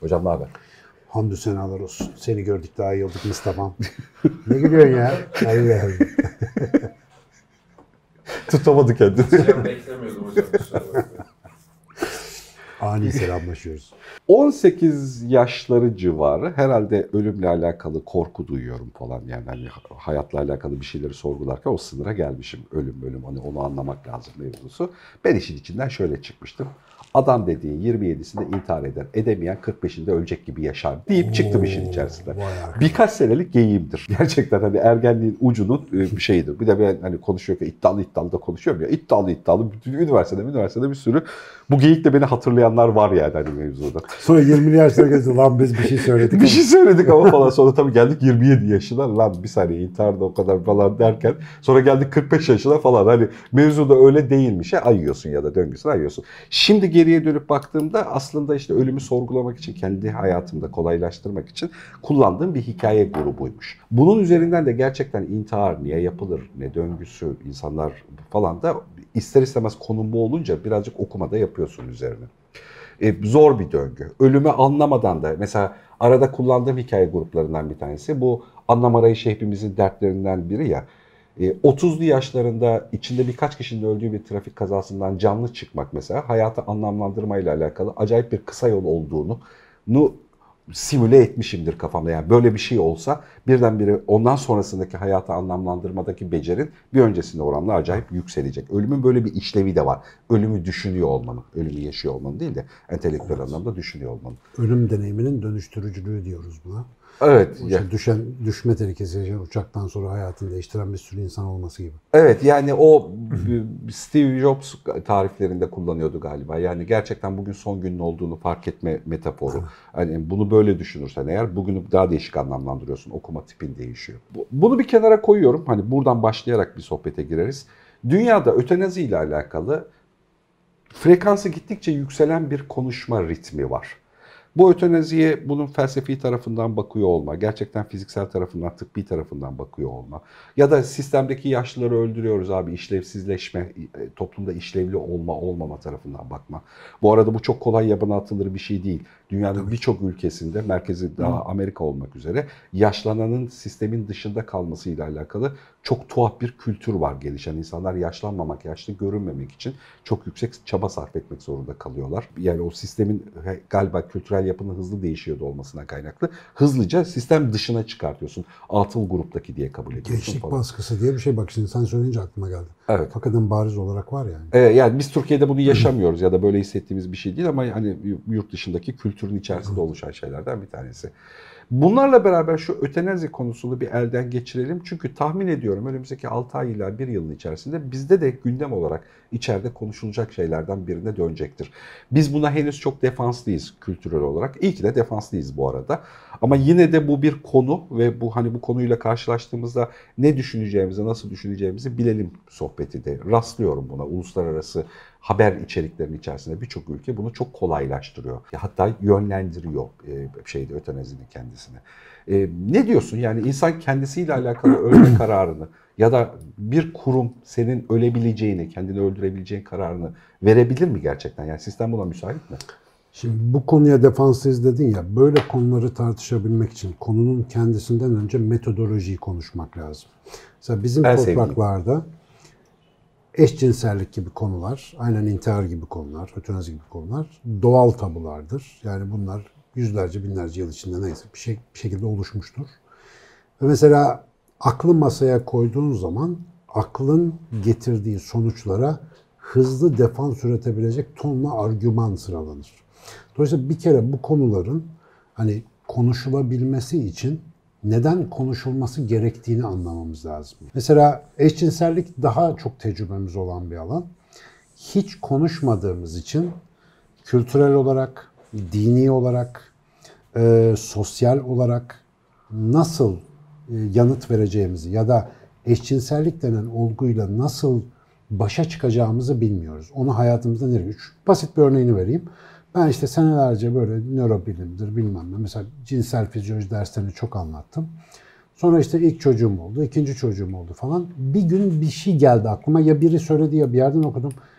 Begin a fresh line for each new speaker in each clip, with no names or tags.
Hocam ne haber?
Hamdü senalar olsun. Seni gördük daha iyi olduk Mustafa'm. Ne gülüyorsun ya? Allah Allah.
Tutamadı kendini.
Ben beklemiyordum hocam.
Ani selamlaşıyoruz.
18 yaşları civarı herhalde ölümle alakalı korku duyuyorum falan. Yani hani hayatla alakalı bir şeyleri sorgularken o sınıra gelmişim. Ölüm hani onu anlamak lazım mevzusu. Ben işin içinden şöyle çıkmıştım. Adam dediğin 27'sinde intihar eder. Edemeyen 45'inde ölecek gibi yaşar deyip çıktım işin içerisinden. Birkaç senelik geyiğimdir. Gerçekten hani ergenliğin ucunun bir şeyidir. Bir de ben hani konuşuyorken iddialı da konuşuyorum ya. İddialı bütün üniversitede bir sürü bu geyikle beni hatırlayanlar var yani hani mevzuda.
Sonra 20'li yaşlara geldi. Lan biz bir şey söyledik.
Bir şey söyledik ama falan. Sonra tabii geldik 27 yaşına. Lan bir saniye intihar da o kadar falan derken. Sonra geldik 45 yaşına falan. Hani mevzuda öyle değilmiş. Ayıyorsun ya da döngüsünü ayıyorsun. Şimdi geriye dönüp baktığımda aslında işte ölümü sorgulamak için, kendi hayatımda kolaylaştırmak için kullandığım bir hikaye grubuymuş. Bunun üzerinden de gerçekten intihar niye yapılır, ne döngüsü, insanlar falan da ister istemez konum bu olunca birazcık okumada yapıyorsun üzerine. Zor bir döngü. Ölümü anlamadan da mesela arada kullandığım hikaye gruplarından bir tanesi bu anlam arayışı hepimizin dertlerinden biri ya. 30'lu yaşlarında içinde birkaç kişinin öldüğü bir trafik kazasından canlı çıkmak mesela hayatı anlamlandırmayla alakalı acayip bir kısa yol olduğunu simüle etmişimdir kafamda. Yani böyle bir şey olsa birdenbire ondan sonrasındaki hayatı anlamlandırmadaki becerin bir öncesinde oranla acayip yükselecek. Ölümün böyle bir işlevi de var. Ölümü düşünüyor olmanın, ölümü yaşıyor olmanın değil de entelektüel anlamda düşünüyor olmanın.
Ölüm deneyiminin dönüştürücülüğü diyoruz buna.
Evet.
İşte düşme tehlikesi yaşayan uçaktan sonra hayatını değiştiren bir sürü insan olması gibi.
Evet yani o Steve Jobs tariflerinde kullanıyordu galiba. Yani gerçekten bugün son günün olduğunu fark etme metaforu. Hani bunu böyle düşünürsen eğer bugünü daha değişik anlamlandırıyorsun. Okuma tipin değişiyor. Bunu bir kenara koyuyorum. Hani buradan başlayarak bir sohbete gireriz. Dünyada ötenazi ile alakalı frekansı gittikçe yükselen bir konuşma ritmi var. Bu ötenaziye bunun felsefi tarafından bakıyor olma, gerçekten fiziksel tarafından, tıbbi tarafından bakıyor olma ya da sistemdeki yaşlıları öldürüyoruz abi, işlevsizleşme, toplumda işlevli olmama tarafından bakma. Bu arada bu çok kolay yabana atılır bir şey değil. Dünyanın birçok ülkesinde, merkezi daha Amerika olmak üzere yaşlananın sistemin dışında kalmasıyla alakalı çok tuhaf bir kültür var gelişen. İnsanlar yaşlanmamak, yaşlı görünmemek için çok yüksek çaba sarf etmek zorunda kalıyorlar. Yani o sistemin galiba kültürel yapının hızlı değişiyordu olmasına kaynaklı. Hızlıca sistem dışına çıkartıyorsun. Atıl gruptaki diye kabul ediyorsun.
Gençlik
falan.
baskısı diye bir şey bak şimdi sen söyleyince aklıma geldi.
Evet.
Hakikaten bariz olarak var yani.
Yani biz Türkiye'de bunu yaşamıyoruz ya da böyle hissettiğimiz bir şey değil ama hani yurt dışındaki kültürün içerisinde oluşan şeylerden bir tanesi. Bunlarla beraber şu ötenazi konusunu bir elden geçirelim. Çünkü tahmin ediyorum önümüzdeki 6 ay ila 1 yılın içerisinde bizde de gündem olarak içeride konuşulacak şeylerden birine dönecektir. Biz buna henüz çok defanslıyız kültürel olarak. İyi ki de defanslıyız bu arada. Ama yine de bu bir konu ve bu konuyla karşılaştığımızda ne düşüneceğimizi, nasıl düşüneceğimizi bilelim sohbeti de. Rastlıyorum buna uluslararası haber içeriklerinin içerisinde birçok ülke bunu çok kolaylaştırıyor. Hatta yönlendiriyor ötenazinin kendisine. Ne diyorsun? Yani insan kendisiyle alakalı ölme kararını ya da bir kurum senin ölebileceğini, kendini öldürebileceğin kararını verebilir mi gerçekten? Yani sistem buna müsait mi?
Şimdi bu konuya defanslıyız dedin ya, böyle konuları tartışabilmek için konunun kendisinden önce metodolojiyi konuşmak lazım. Mesela bizim topraklarda eşcinsellik gibi konular, aynen intihar gibi konular, ötenazi gibi konular doğal tabulardır. Yani bunlar yüzlerce, binlerce yıl içinde neyse bir şekilde oluşmuştur. Ve mesela aklı masaya koyduğun zaman aklın getirdiği sonuçlara hızlı defans üretebilecek tonla argüman sıralanır. Dolayısıyla bir kere bu konuların hani konuşulabilmesi için neden konuşulması gerektiğini anlamamız lazım. Mesela eşcinsellik daha çok tecrübemiz olan bir alan. Hiç konuşmadığımız için kültürel olarak, dini olarak, sosyal olarak nasıl yanıt vereceğimizi ya da eşcinsellik denen olguyla nasıl başa çıkacağımızı bilmiyoruz. Onu hayatımızda nereye? Basit bir örneğini vereyim. Ben işte senelerce böyle nörobilimdir bilmem ne. Mesela cinsel fizyoloji derslerini çok anlattım. Sonra işte ilk çocuğum oldu, ikinci çocuğum oldu falan. Bir gün bir şey geldi aklıma. Ya biri söyledi ya bir yerden okudum.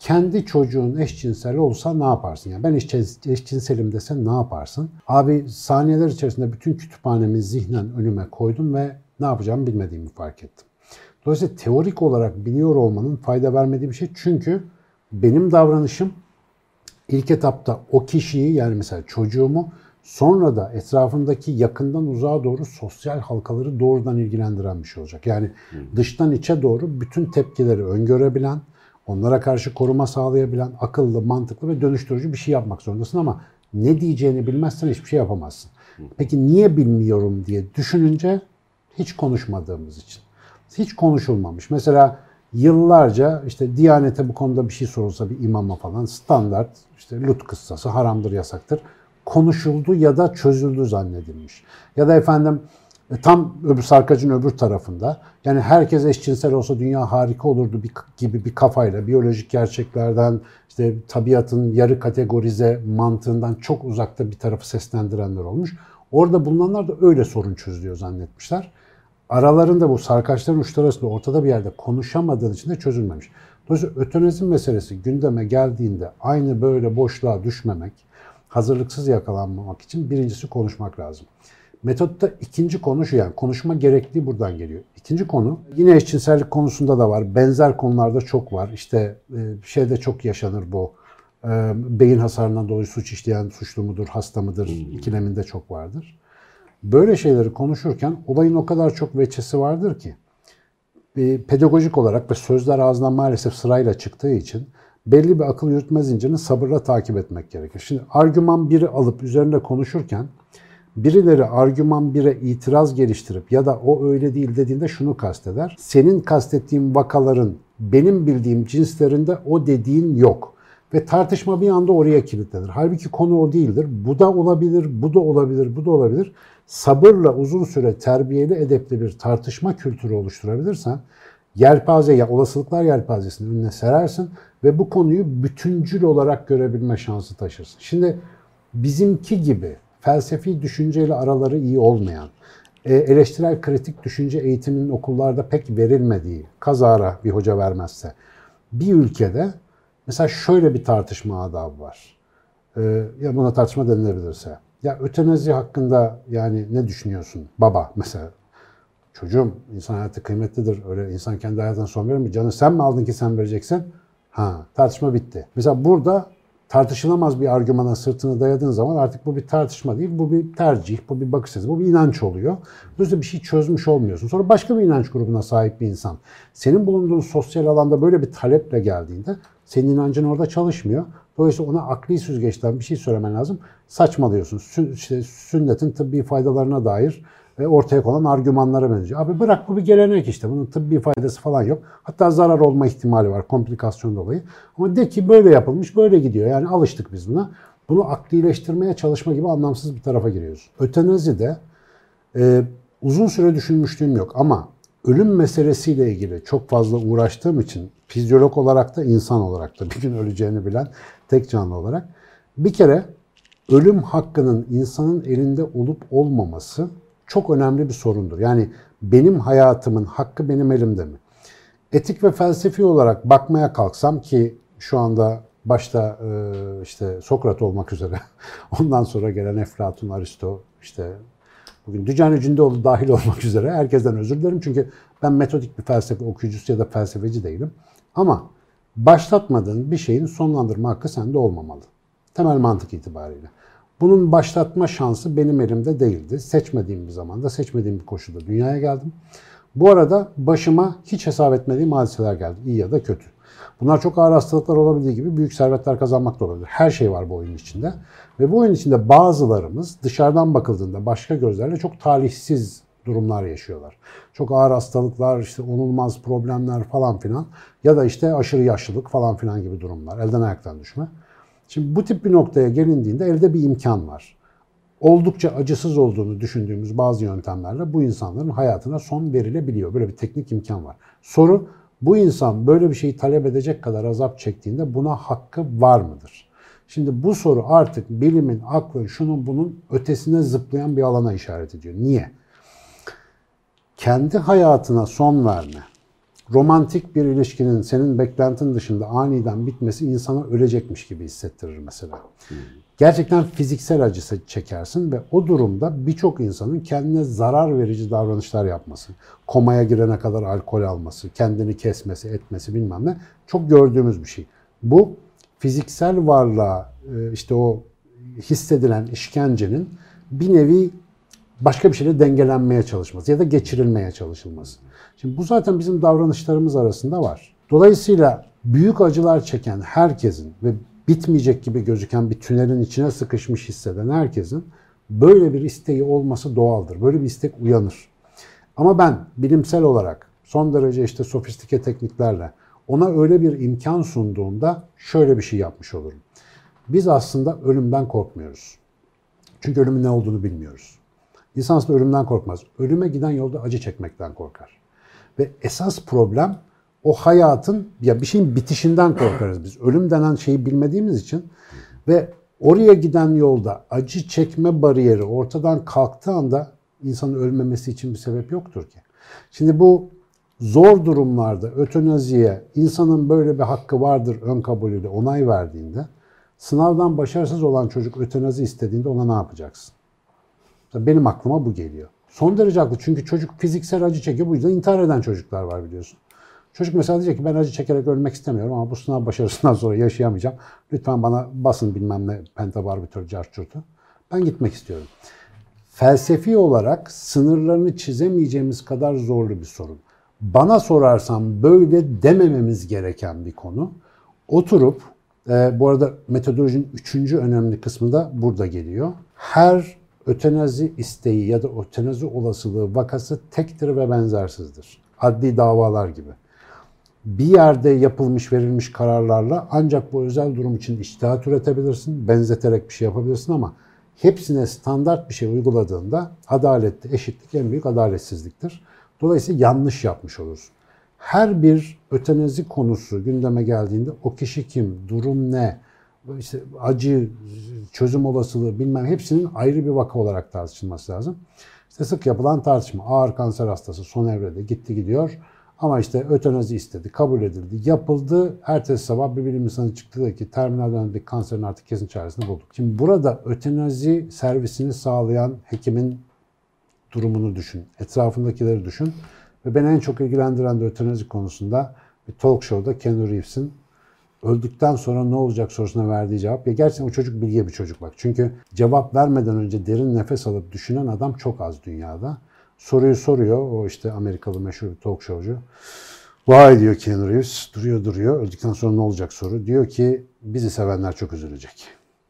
kendi çocuğun eşcinsel olsa ne yaparsın? Yani ben eşcinselim desen ne yaparsın? Abi saniyeler içerisinde bütün kütüphanemi zihnen önüme koydum ve ne yapacağımı bilmediğimi fark ettim. Dolayısıyla teorik olarak biliyor olmanın fayda vermediği bir şey. Çünkü benim davranışım ilk etapta o kişiyi, yani mesela çocuğumu, sonra da etrafındaki yakından uzağa doğru sosyal halkaları doğrudan ilgilendiren bir şey olacak. Yani dıştan içe doğru bütün tepkileri öngörebilen, onlara karşı koruma sağlayabilen, akıllı, mantıklı ve dönüştürücü bir şey yapmak zorundasın ama ne diyeceğini bilmezsen hiçbir şey yapamazsın. Peki niye bilmiyorum diye düşününce hiç konuşmadığımız için. Hiç konuşulmamış. Mesela yıllarca işte Diyanet'e bu konuda bir şey sorulsa bir imama falan standart işte Lut kıssası haramdır, yasaktır. Konuşuldu ya da çözüldü zannedilmiş. Ya da efendim tam sarkacın öbür tarafında yani herkes eşcinsel olsa dünya harika olurdu gibi bir kafayla biyolojik gerçeklerden işte tabiatın yarı kategorize mantığından çok uzakta bir tarafı seslendirenler olmuş. Orada bulunanlar da öyle sorun çözülüyor zannetmişler. Aralarında bu sarkaçların uçları arasında ortada bir yerde konuşamadığın için de çözülmemiş. Dolayısıyla ötenazi meselesi gündeme geldiğinde aynı böyle boşluğa düşmemek, hazırlıksız yakalanmamak için birincisi konuşmak lazım. Metotta ikinci konu şu, yani konuşma gerektiği buradan geliyor. İkinci konu yine eşcinsellik konusunda da var. Benzer konularda çok var. İşte şeyde çok yaşanır bu. Beyin hasarından dolayı suç işleyen suçlu mudur, hasta mıdır ikileminde çok vardır. Böyle şeyleri konuşurken olayın o kadar çok veçesi vardır ki pedagojik olarak ve sözler ağzından maalesef sırayla çıktığı için belli bir akıl yürütme zincirini sabırla takip etmek gerekir. Şimdi argüman 1'i alıp üzerinde konuşurken birileri argüman 1'e itiraz geliştirip ya da o öyle değil dediğinde şunu kasteder. Senin kastettiğin vakaların benim bildiğim cinslerinde o dediğin yok. Ve tartışma bir anda oraya kilitlenir. Halbuki konu o değildir. Bu da olabilir, bu da olabilir, bu da olabilir. Sabırla uzun süre terbiyeli, edepli bir tartışma kültürü oluşturabilirsen olasılıklar yelpazesini önüne serersin ve bu konuyu bütüncül olarak görebilme şansı taşırsın. Şimdi bizimki gibi felsefi düşünceyle araları iyi olmayan, eleştirel kritik düşünce eğitiminin okullarda pek verilmediği, kazara bir hoca vermezse, bir ülkede mesela şöyle bir tartışma adabı var. Ya buna tartışma denilebilirse. Ya ötenazi hakkında yani ne düşünüyorsun? Baba mesela. Çocuğum, insan hayatı kıymetlidir. Öyle insan kendi hayatına son verir mi? Canı sen mi aldın ki sen vereceksin? Tartışma bitti. Mesela burada tartışılamaz bir argümana sırtını dayadığın zaman artık bu bir tartışma değil, bu bir tercih, bu bir bakış açısı, bu bir inanç oluyor. Dolayısıyla bir şey çözmüş olmuyorsun. Sonra başka bir inanç grubuna sahip bir insan, senin bulunduğun sosyal alanda böyle bir taleple geldiğinde senin inancın orada çalışmıyor. Dolayısıyla ona akli süzgeçten bir şey söylemen lazım. Saçmalıyorsun. Sünnetin tıbbi faydalarına dair ortaya konan argümanlara benziyor. Abi bırak, bu bir gelenek işte. Bunun tıbbi faydası falan yok. Hatta zarar olma ihtimali var komplikasyon dolayı. Ama de ki böyle yapılmış, böyle gidiyor. Yani alıştık biz buna. Bunu aklileştirmeye çalışma gibi anlamsız bir tarafa giriyoruz. Ötenazi de uzun süre düşünmüşlüğüm yok ama ölüm meselesiyle ilgili çok fazla uğraştığım için fizyolog olarak da insan olarak da bir gün öleceğini bilen tek canlı olarak bir kere ölüm hakkının insanın elinde olup olmaması çok önemli bir sorundur. Yani benim hayatımın hakkı benim elimde mi? Etik ve felsefi olarak bakmaya kalksam ki şu anda başta işte Sokrat olmak üzere ondan sonra gelen Eflatun, Aristo, işte bugün Dücani Cündoğlu dahil olmak üzere herkesten özür dilerim. Çünkü ben metodik bir felsefe okuyucusu ya da felsefeci değilim. Ama başlatmadığın bir şeyin sonlandırma hakkı sende olmamalı. Temel mantık itibariyle. Bunun başlatma şansı benim elimde değildi. Seçmediğim bir zamanda, seçmediğim bir koşulda dünyaya geldim. Bu arada başıma hiç hesap etmediğim hadiseler geldi. İyi ya da kötü. Bunlar çok ağır hastalıklar olabildiği gibi büyük servetler kazanmak da olabilir. Her şey var bu oyunun içinde. Ve bu oyun içinde bazılarımız dışarıdan bakıldığında başka gözlerle çok talihsiz durumlar yaşıyorlar. Çok ağır hastalıklar, işte onulmaz problemler falan filan ya da işte aşırı yaşlılık falan filan gibi durumlar. Elden ayaktan düşme. Şimdi bu tip bir noktaya gelindiğinde elde bir imkan var. Oldukça acısız olduğunu düşündüğümüz bazı yöntemlerle bu insanların hayatına son verilebiliyor. Böyle bir teknik imkan var. Soru, bu insan böyle bir şeyi talep edecek kadar azap çektiğinde buna hakkı var mıdır? Şimdi bu soru artık bilimin, aklın, şunun bunun ötesine zıplayan bir alana işaret ediyor. Niye? Kendi hayatına son verme, romantik bir ilişkinin senin beklentin dışında aniden bitmesi insana ölecekmiş gibi hissettirir mesela. Gerçekten fiziksel acısı çekersin ve o durumda birçok insanın kendine zarar verici davranışlar yapması, komaya girene kadar alkol alması, kendini kesmesi, etmesi bilmem ne çok gördüğümüz bir şey. Bu fiziksel varlığa işte o hissedilen işkencenin bir nevi başka bir şeyle dengelenmeye çalışması ya da geçirilmeye çalışılması. Şimdi bu zaten bizim davranışlarımız arasında var. Dolayısıyla büyük acılar çeken herkesin ve bitmeyecek gibi gözüken bir tünelin içine sıkışmış hisseden herkesin böyle bir isteği olması doğaldır. Böyle bir istek uyanır. Ama ben bilimsel olarak son derece işte sofistike tekniklerle ona öyle bir imkan sunduğumda şöyle bir şey yapmış olurum. Biz aslında ölümden korkmuyoruz. Çünkü ölümün ne olduğunu bilmiyoruz. İnsan aslında ölümden korkmaz. Ölüme giden yolda acı çekmekten korkar. Ve esas problem o hayatın, ya bir şeyin bitişinden korkarız biz. Ölüm denen şeyi bilmediğimiz için ve oraya giden yolda acı çekme bariyeri ortadan kalktığı anda insanın ölmemesi için bir sebep yoktur ki. Şimdi bu zor durumlarda ötenaziye insanın böyle bir hakkı vardır ön kabulüyle onay verdiğinde sınavdan başarısız olan çocuk ötenazi istediğinde ona ne yapacaksın? Benim aklıma bu geliyor. Son derece haklı çünkü çocuk fiziksel acı çekiyor. Bu yüzden intihar eden çocuklar var biliyorsun. Çocuk mesela diyecek ki ben acı çekerek ölmek istemiyorum ama bu sınav başarısından sonra yaşayamayacağım. Lütfen bana basın bilmem ne pentabarbitör carçurtu. Ben gitmek istiyorum. Felsefi olarak sınırlarını çizemeyeceğimiz kadar zorlu bir sorun. Bana sorarsan böyle demememiz gereken bir konu. Oturup, bu arada metodolojinin 3. önemli kısmı da burada geliyor. Her ötenazi isteği ya da ötenazi olasılığı vakası tektir ve benzersizdir. Adli davalar gibi. Bir yerde yapılmış, verilmiş kararlarla ancak bu özel durum için içtihat üretebilirsin, benzeterek bir şey yapabilirsin ama hepsine standart bir şey uyguladığında adalette eşitlik en büyük adaletsizliktir. Dolayısıyla yanlış yapmış olursun. Her bir ötenazi konusu gündeme geldiğinde o kişi kim, durum ne, işte acı, çözüm olasılığı bilmem hepsinin ayrı bir vaka olarak tartışılması lazım. İşte sık yapılan tartışma, ağır kanser hastası son evrede gitti gidiyor ama işte ötenazi istedi, kabul edildi, yapıldı. Ertesi sabah bir bilim insanı çıktı dedi ki terminal dönemdeki kanserin artık kesin çaresini bulduk. Şimdi burada ötenazi servisini sağlayan hekimin durumunu düşün, etrafındakileri düşün. Ve beni en çok ilgilendiren de ötenazi konusunda bir talk show'da Keanu Reeves'in öldükten sonra ne olacak sorusuna verdiği cevap. Ya gerçekten o çocuk bilge bir çocuk bak. Çünkü cevap vermeden önce derin nefes alıp düşünen adam çok az dünyada. Soruyu soruyor. O işte Amerikalı meşhur bir talk showcu. Vay diyor Keanu Reeves. Duruyor. Öldükten sonra ne olacak soru. Diyor ki bizi sevenler çok üzülecek.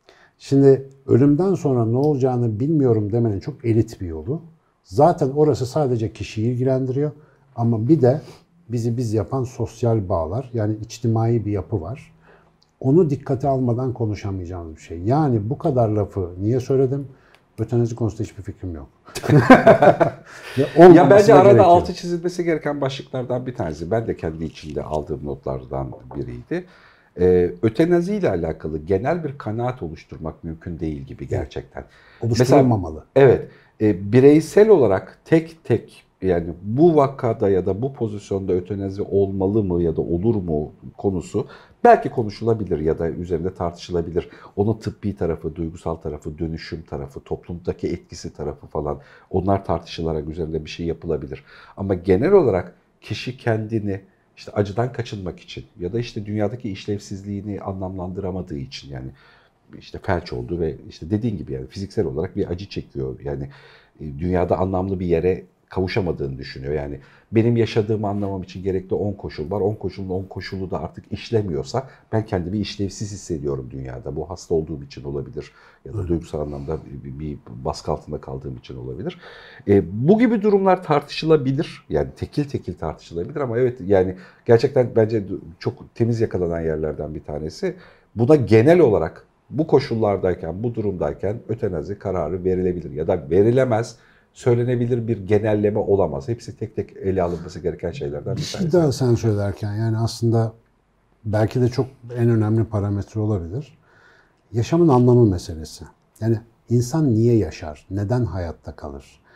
Şimdi ölümden sonra ne olacağını bilmiyorum demenin çok elit bir yolu. Zaten orası sadece kişiyi ilgilendiriyor. Ama bir de bizi biz yapan sosyal bağlar, yani içtimai bir yapı var. Onu dikkate almadan konuşamayacağımız bir şey. Yani bu kadar lafı niye söyledim? Ötenazi konusunda hiçbir fikrim yok.
Ya bence arada altı çizilmesi gereken başlıklardan bir tanesi. Ben de kendi içinde aldığım notlardan biriydi. Ötenazi ile alakalı genel bir kanaat oluşturmak mümkün değil gibi gerçekten.
Oluşturulmamalı.
Mesela, evet. Bireysel olarak tek tek yani bu vakada ya da bu pozisyonda ötenazi olmalı mı ya da olur mu konusu belki konuşulabilir ya da üzerinde tartışılabilir. Onun tıbbi tarafı, duygusal tarafı, dönüşüm tarafı, toplumdaki etkisi tarafı falan onlar tartışılarak üzerinde bir şey yapılabilir. Ama genel olarak kişi kendini işte acıdan kaçınmak için ya da işte dünyadaki işlevsizliğini anlamlandıramadığı için yani işte felç oldu ve işte dediğin gibi yani fiziksel olarak bir acı çekiyor. Yani dünyada anlamlı bir yere kavuşamadığını düşünüyor. Yani benim yaşadığımı anlamam için gerekli 10 koşul var. 10 koşulun 10 koşulu da artık işlemiyorsa ben kendimi işlevsiz hissediyorum dünyada. Bu hasta olduğum için olabilir ya da duygusal anlamda bir baskı altında kaldığım için olabilir. Bu gibi durumlar tartışılabilir. Yani tekil tekil tartışılabilir ama evet yani gerçekten bence çok temiz yakalanan yerlerden bir tanesi. Buna genel olarak bu koşullardayken, bu durumdayken ötenazi kararı verilebilir ya da verilemez, söylenebilir bir genelleme olamaz. Hepsi tek tek ele alınması gereken şeylerden bir tanesi.
Bir şey daha sen söylerken yani aslında belki de çok en önemli parametre olabilir. Yaşamın anlamı meselesi. Yani insan niye yaşar? Neden hayatta kalır?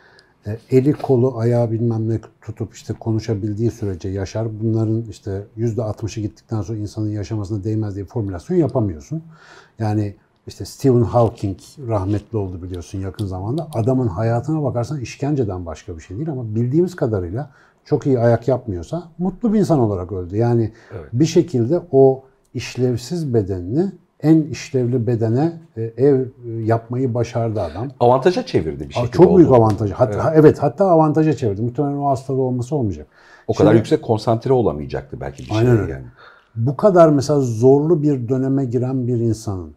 Eli kolu ayağı bilmem ne tutup işte konuşabildiği sürece yaşar. Bunların işte %60'ı gittikten sonra insanın yaşamasına değmez diye formülasyon yapamıyorsun. Yani işte Stephen Hawking rahmetli oldu biliyorsun yakın zamanda. Adamın hayatına bakarsan işkenceden başka bir şey değil ama bildiğimiz kadarıyla çok iyi ayak yapmıyorsa mutlu bir insan olarak öldü. Yani bir şekilde o işlevsiz bedenini en işlevli bedene ev yapmayı başardı adam.
Avantaja çevirdi bir şekilde.
Çok büyük avantajı. Hatta avantaja çevirdi. Muhtemelen o hastalığı olması olmayacak.
O kadar yüksek konsantre olamayacaktı belki bir şey yani.
Bu kadar mesela zorlu bir döneme giren bir insanın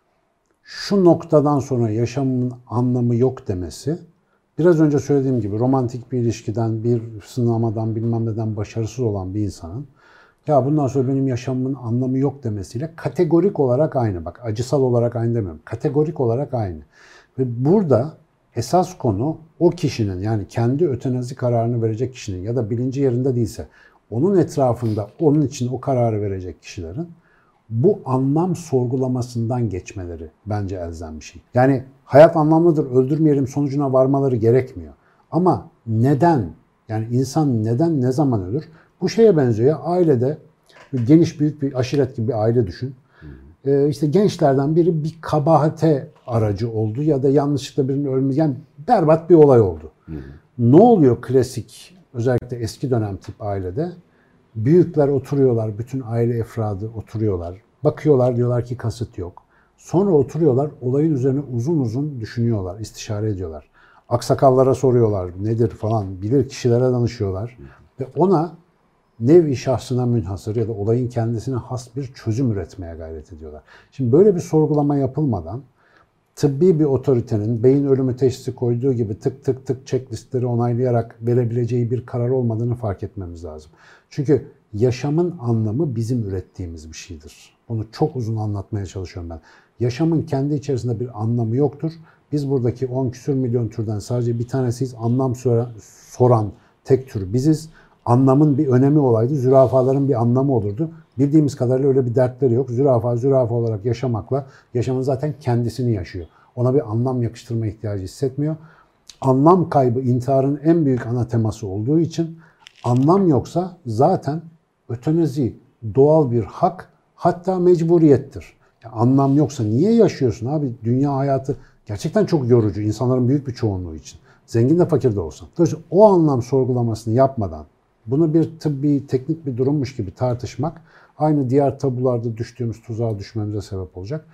şu noktadan sonra yaşamın anlamı yok demesi, biraz önce söylediğim gibi romantik bir ilişkiden, bir sınamadan, bilmem neden başarısız olan bir insanın ya bundan sonra benim yaşamımın anlamı yok demesiyle kategorik olarak aynı. Bak acısal olarak aynı demiyorum. Kategorik olarak aynı. Ve burada esas konu o kişinin yani kendi ötenazi kararını verecek kişinin ya da bilinci yerinde değilse onun etrafında onun için o kararı verecek kişilerin bu anlam sorgulamasından geçmeleri bence elzem bir şey. Yani hayat anlamlıdır, öldürmeyelim sonucuna varmaları gerekmiyor. Ama neden? Yani insan neden, ne zaman ölür? Bu şeye benziyor ya, ailede geniş büyük bir aşiret gibi bir aile düşün. İşte gençlerden biri bir kabahate aracı oldu ya da yanlışlıkla birinin ölmesi, yani berbat bir olay oldu. Ne oluyor klasik, özellikle eski dönem tip ailede? Büyükler oturuyorlar, bütün aile efradı oturuyorlar. Bakıyorlar, diyorlar ki kasıt yok. Sonra oturuyorlar, olayın üzerine uzun uzun düşünüyorlar, istişare ediyorlar. Aksakallara soruyorlar, nedir falan, bilir kişilere danışıyorlar. Ve ona nev-i şahsına münhasır ya da olayın kendisine has bir çözüm üretmeye gayret ediyorlar. Şimdi böyle bir sorgulama yapılmadan tıbbi bir otoritenin beyin ölümü teşhisi koyduğu gibi tık tık tık checklistleri onaylayarak verebileceği bir karar olmadığını fark etmemiz lazım. Çünkü yaşamın anlamı bizim ürettiğimiz bir şeydir. Bunu çok uzun anlatmaya çalışıyorum ben. Yaşamın kendi içerisinde bir anlamı yoktur. Biz buradaki 10 küsür milyon türden sadece bir tanesiyiz. Anlam soran tek tür biziz. Anlamın bir önemi olaydı. Zürafaların bir anlamı olurdu. Bildiğimiz kadarıyla öyle bir dertleri yok. Zürafa olarak yaşamakla yaşamın zaten kendisini yaşıyor. Ona bir anlam yakıştırma ihtiyacı hissetmiyor. Anlam kaybı intiharın en büyük ana teması olduğu için anlam yoksa zaten ötenazi doğal bir hak, hatta mecburiyettir. Yani anlam yoksa niye yaşıyorsun abi? Dünya hayatı gerçekten çok yorucu insanların büyük bir çoğunluğu için. Zengin de fakir de olsan. Dolayısıyla o anlam sorgulamasını yapmadan bunu bir tıbbi, teknik bir durummuş gibi tartışmak aynı diğer tabularda düştüğümüz tuzağa düşmemize sebep olacak.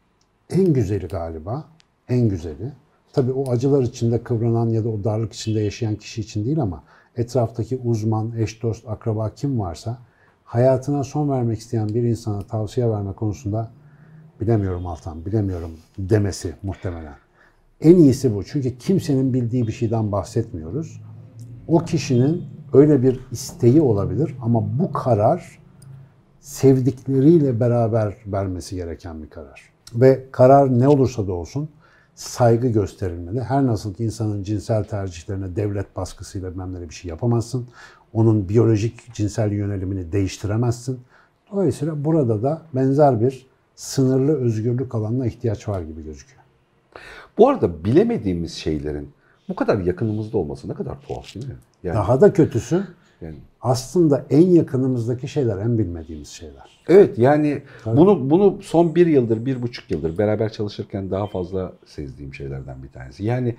En güzeli galiba, en güzeli. Tabii o acılar içinde kıvranan ya da o darlık içinde yaşayan kişi için değil ama etraftaki uzman, eş, dost, akraba kim varsa hayatına son vermek isteyen bir insana tavsiye verme konusunda bilemiyorum Altan, bilemiyorum demesi muhtemelen. En iyisi bu. Çünkü kimsenin bildiği bir şeyden bahsetmiyoruz. O kişinin öyle bir isteği olabilir ama bu karar sevdikleriyle beraber vermesi gereken bir karar. Ve karar ne olursa da olsun saygı gösterilmeli. Her nasıl ki insanın cinsel tercihlerine devlet baskısıyla bilmem bir şey yapamazsın. Onun biyolojik cinsel yönelimini değiştiremezsin. Dolayısıyla burada da benzer bir sınırlı özgürlük alanına ihtiyaç var gibi gözüküyor.
Bu arada bilemediğimiz şeylerin bu kadar yakınımızda olması ne kadar tuhaf değil mi?
Yani, daha da kötüsü aslında en yakınımızdaki şeyler en bilmediğimiz şeyler.
Evet yani bunu son 1 yıldır, 1,5 yıldır beraber çalışırken daha fazla sezdiğim şeylerden bir tanesi. Yani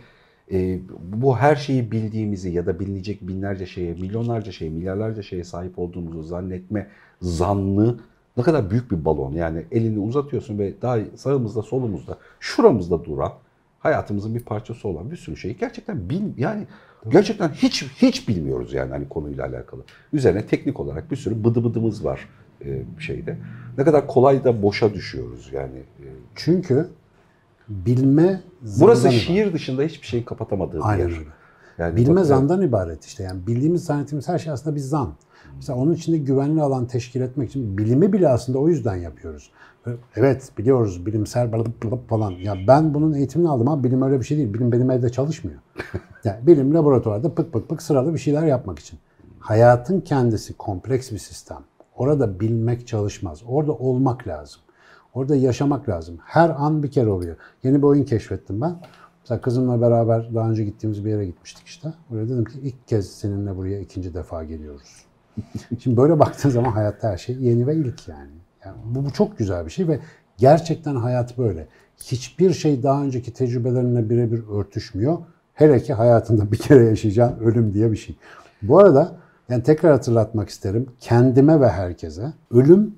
bu her şeyi bildiğimizi ya da bilinecek binlerce şeye, milyonlarca şeye, milyarlarca şeye sahip olduğumuzu zannetme zannı ne kadar büyük bir balon. Yani elini uzatıyorsun ve daha sağımızda, solumuzda, şuramızda duran, hayatımızın bir parçası olan bir sürü şeyi gerçekten gerçekten hiç bilmiyoruz yani hani konuyla alakalı. Üzerine teknik olarak bir sürü bıdı bıdımız var şeyde. Ne kadar kolay da boşa düşüyoruz yani.
Çünkü bilme
burası şiir dışında hiçbir şeyi kapatamadığı bir yer.
Yani bilme zandan ibaret işte. Yani bildiğimiz, zannettiğimiz her şey aslında bir zan. Mesela onun içinde güvenli alan teşkil etmek için bilimi bile aslında o yüzden yapıyoruz. Evet biliyoruz bilimsel falan. Ya ben bunun eğitimini aldım ama bilim öyle bir şey değil. Bilim benim evde çalışmıyor. Yani bilim laboratuvarda pık pık sıralı bir şeyler yapmak için. Hayatın kendisi kompleks bir sistem. Orada bilmek çalışmaz. Orada olmak lazım. Orada yaşamak lazım. Her an bir kere oluyor. Yeni bir oyun keşfettim ben. Mesela kızımla beraber daha önce gittiğimiz bir yere gitmiştik işte. Oraya dedim ki ilk kez seninle buraya ikinci defa geliyoruz. Şimdi böyle baktığın zaman hayatta her şey yeni ve ilk yani. Yani bu çok güzel bir şey ve gerçekten hayat böyle. Hiçbir şey daha önceki tecrübelerinle birebir örtüşmüyor. Hele ki hayatında bir kere yaşayacağın ölüm diye bir şey. Bu arada yani tekrar hatırlatmak isterim kendime ve herkese. Ölüm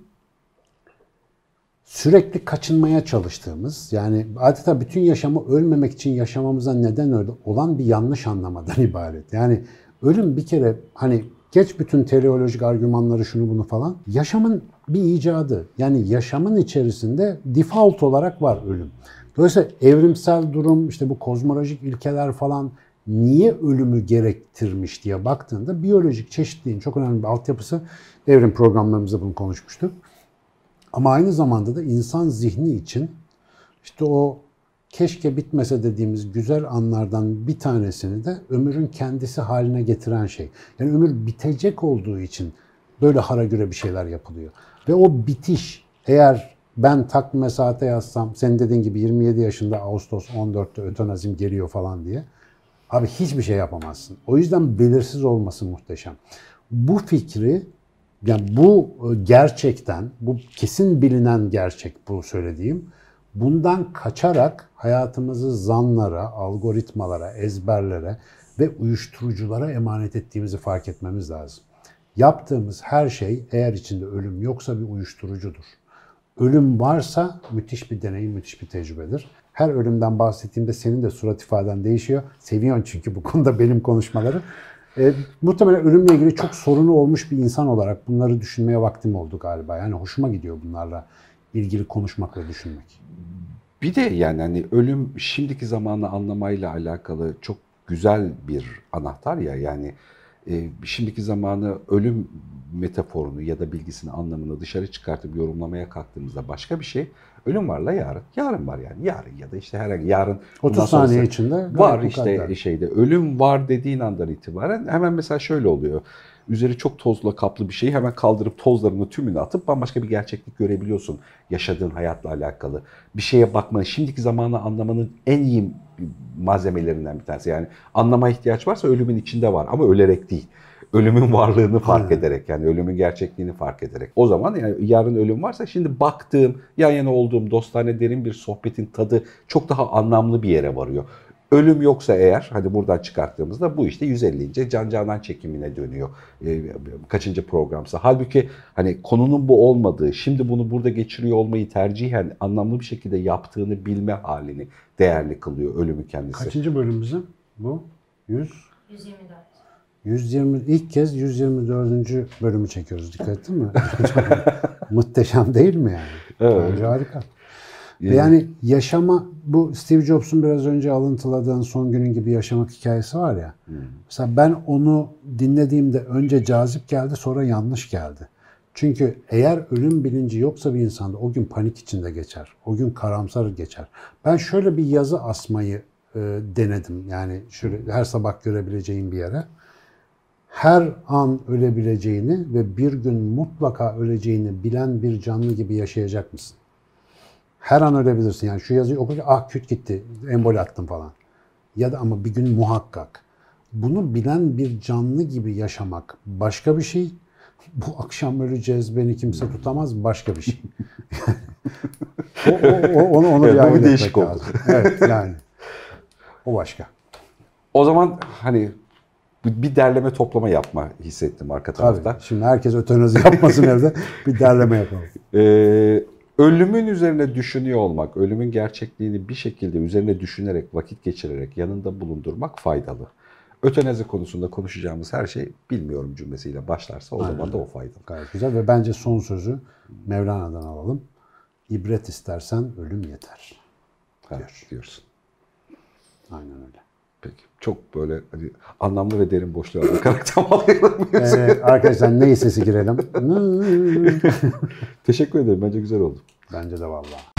sürekli kaçınmaya çalıştığımız, yani adeta bütün yaşamı ölmemek için yaşamamıza neden olan bir yanlış anlamadan ibaret. Yani ölüm bir kere hani geç bütün teleolojik argümanları şunu bunu falan. Yaşamın bir icadı. Yani yaşamın içerisinde default olarak var ölüm. Dolayısıyla evrimsel durum, işte bu kozmolojik ilkeler falan niye ölümü gerektirmiş diye baktığında biyolojik çeşitliliğin çok önemli bir altyapısı. Evrim programlarımızda bunu konuşmuştuk. Ama aynı zamanda da insan zihni için işte o keşke bitmese dediğimiz güzel anlardan bir tanesini de ömrün kendisi haline getiren şey. Yani ömür bitecek olduğu için böyle haragüre bir şeyler yapılıyor. Ve o bitiş, eğer ben takvime saate yazsam, senin dediğin gibi 27 yaşında Ağustos 14'te ötenazim geliyor falan diye, abi hiçbir şey yapamazsın. O yüzden belirsiz olması muhteşem. Bu fikri, yani bu gerçekten, bu kesin bilinen gerçek bu söylediğim. Bundan kaçarak hayatımızı zanlara, algoritmalara, ezberlere ve uyuşturuculara emanet ettiğimizi fark etmemiz lazım. Yaptığımız her şey eğer içinde ölüm yoksa bir uyuşturucudur. Ölüm varsa müthiş bir deneyim, müthiş bir tecrübedir. Her ölümden bahsettiğimde senin de surat ifaden değişiyor. Seviyorsun çünkü bu konuda benim konuşmaları. Muhtemelen ölümle ilgili çok sorunu olmuş bir insan olarak bunları düşünmeye vaktim oldu galiba. Yani hoşuma gidiyor bunlarla ilgili konuşmak ve düşünmek.
Bir de yani hani ölüm şimdiki zamanla anlamayla alakalı çok güzel bir anahtar ya. Yani şimdiki zamanı ölüm metaforunu ya da bilgisini, anlamını dışarı çıkartıp yorumlamaya kalktığımızda başka bir şey. Ölüm varla yarın. Yarın var yani. Yarın ya da işte herhangi yarın.
30 saniye içinde
var işte şeyde. Ölüm var dediğin andan itibaren hemen mesela şöyle oluyor. Üzeri çok tozla kaplı bir şeyi hemen kaldırıp tozlarını tümünü atıp bambaşka bir gerçeklik görebiliyorsun. Yaşadığın hayatla alakalı. Bir şeye bakmanın, şimdiki zamanı anlamanın en iyi malzemelerinden bir tanesi. Yani anlama ihtiyaç varsa ölümün içinde var ama ölerek değil. Ölümün varlığını fark ederek, yani ölümün gerçekliğini fark ederek. O zaman yani yarın ölüm varsa şimdi baktığım, yan yana olduğum dostane derin bir sohbetin tadı çok daha anlamlı bir yere varıyor. Ölüm yoksa eğer, hadi buradan çıkarttığımızda bu işte 150. Can Canan çekimine dönüyor. Kaçıncı programsa. Halbuki hani konunun bu olmadığı, şimdi bunu burada geçiriyor olmayı tercihen anlamlı bir şekilde yaptığını bilme halini değerli kılıyor ölümün kendisi.
Kaçıncı bölüm bizim? Bu?
124.
120, ilk kez 124. bölümü çekiyoruz. Dikkat ettin mi? Muhteşem değil mi yani?
Evet.
Bence harika. Yani yaşama, bu Steve Jobs'un biraz önce alıntıladığın son günün gibi yaşamak hikayesi var ya. Mesela ben onu dinlediğimde önce cazip geldi, sonra yanlış geldi. Çünkü eğer ölüm bilinci yoksa bir insanda o gün panik içinde geçer. O gün karamsar geçer. Ben şöyle bir yazı asmayı denedim. Yani şöyle her sabah görebileceğim bir yere. Her an ölebileceğini ve bir gün mutlaka öleceğini bilen bir canlı gibi yaşayacak mısın? Her an ölebilirsin. Yani şu yazıyı okurken küt gitti, embol attım falan. Ya da ama bir gün muhakkak. Bunu bilen bir canlı gibi yaşamak başka bir şey. Bu akşam öleceğiz, beni kimse tutamaz başka bir şey. onu
Evet,
bir
bu bir değişik oldu.
lazım. Evet yani. O başka.
O zaman hani bir derleme toplama yapma hissettim arka tarafta.
Tabii. Şimdi herkes ötenazi yapmasın evde. Bir derleme yapalım.
Ölümün üzerine düşünüyor olmak, ölümün gerçekliğini bir şekilde üzerine düşünerek, vakit geçirerek yanında bulundurmak faydalı. Ötenazi konusunda konuşacağımız her şey bilmiyorum cümlesiyle başlarsa o zaman da o faydalı.
Gayet güzel ve bence son sözü Mevlana'dan alalım. İbret istersen ölüm yeter.
Evet, diyorsun.
Aynen öyle.
Peki. Çok böyle hani anlamlı ve derin boşluğa bakarak tamamlayalım.
Arkadaşlar ney sesi girelim.
Teşekkür ederim. Bence güzel oldu.
Bence de vallahi.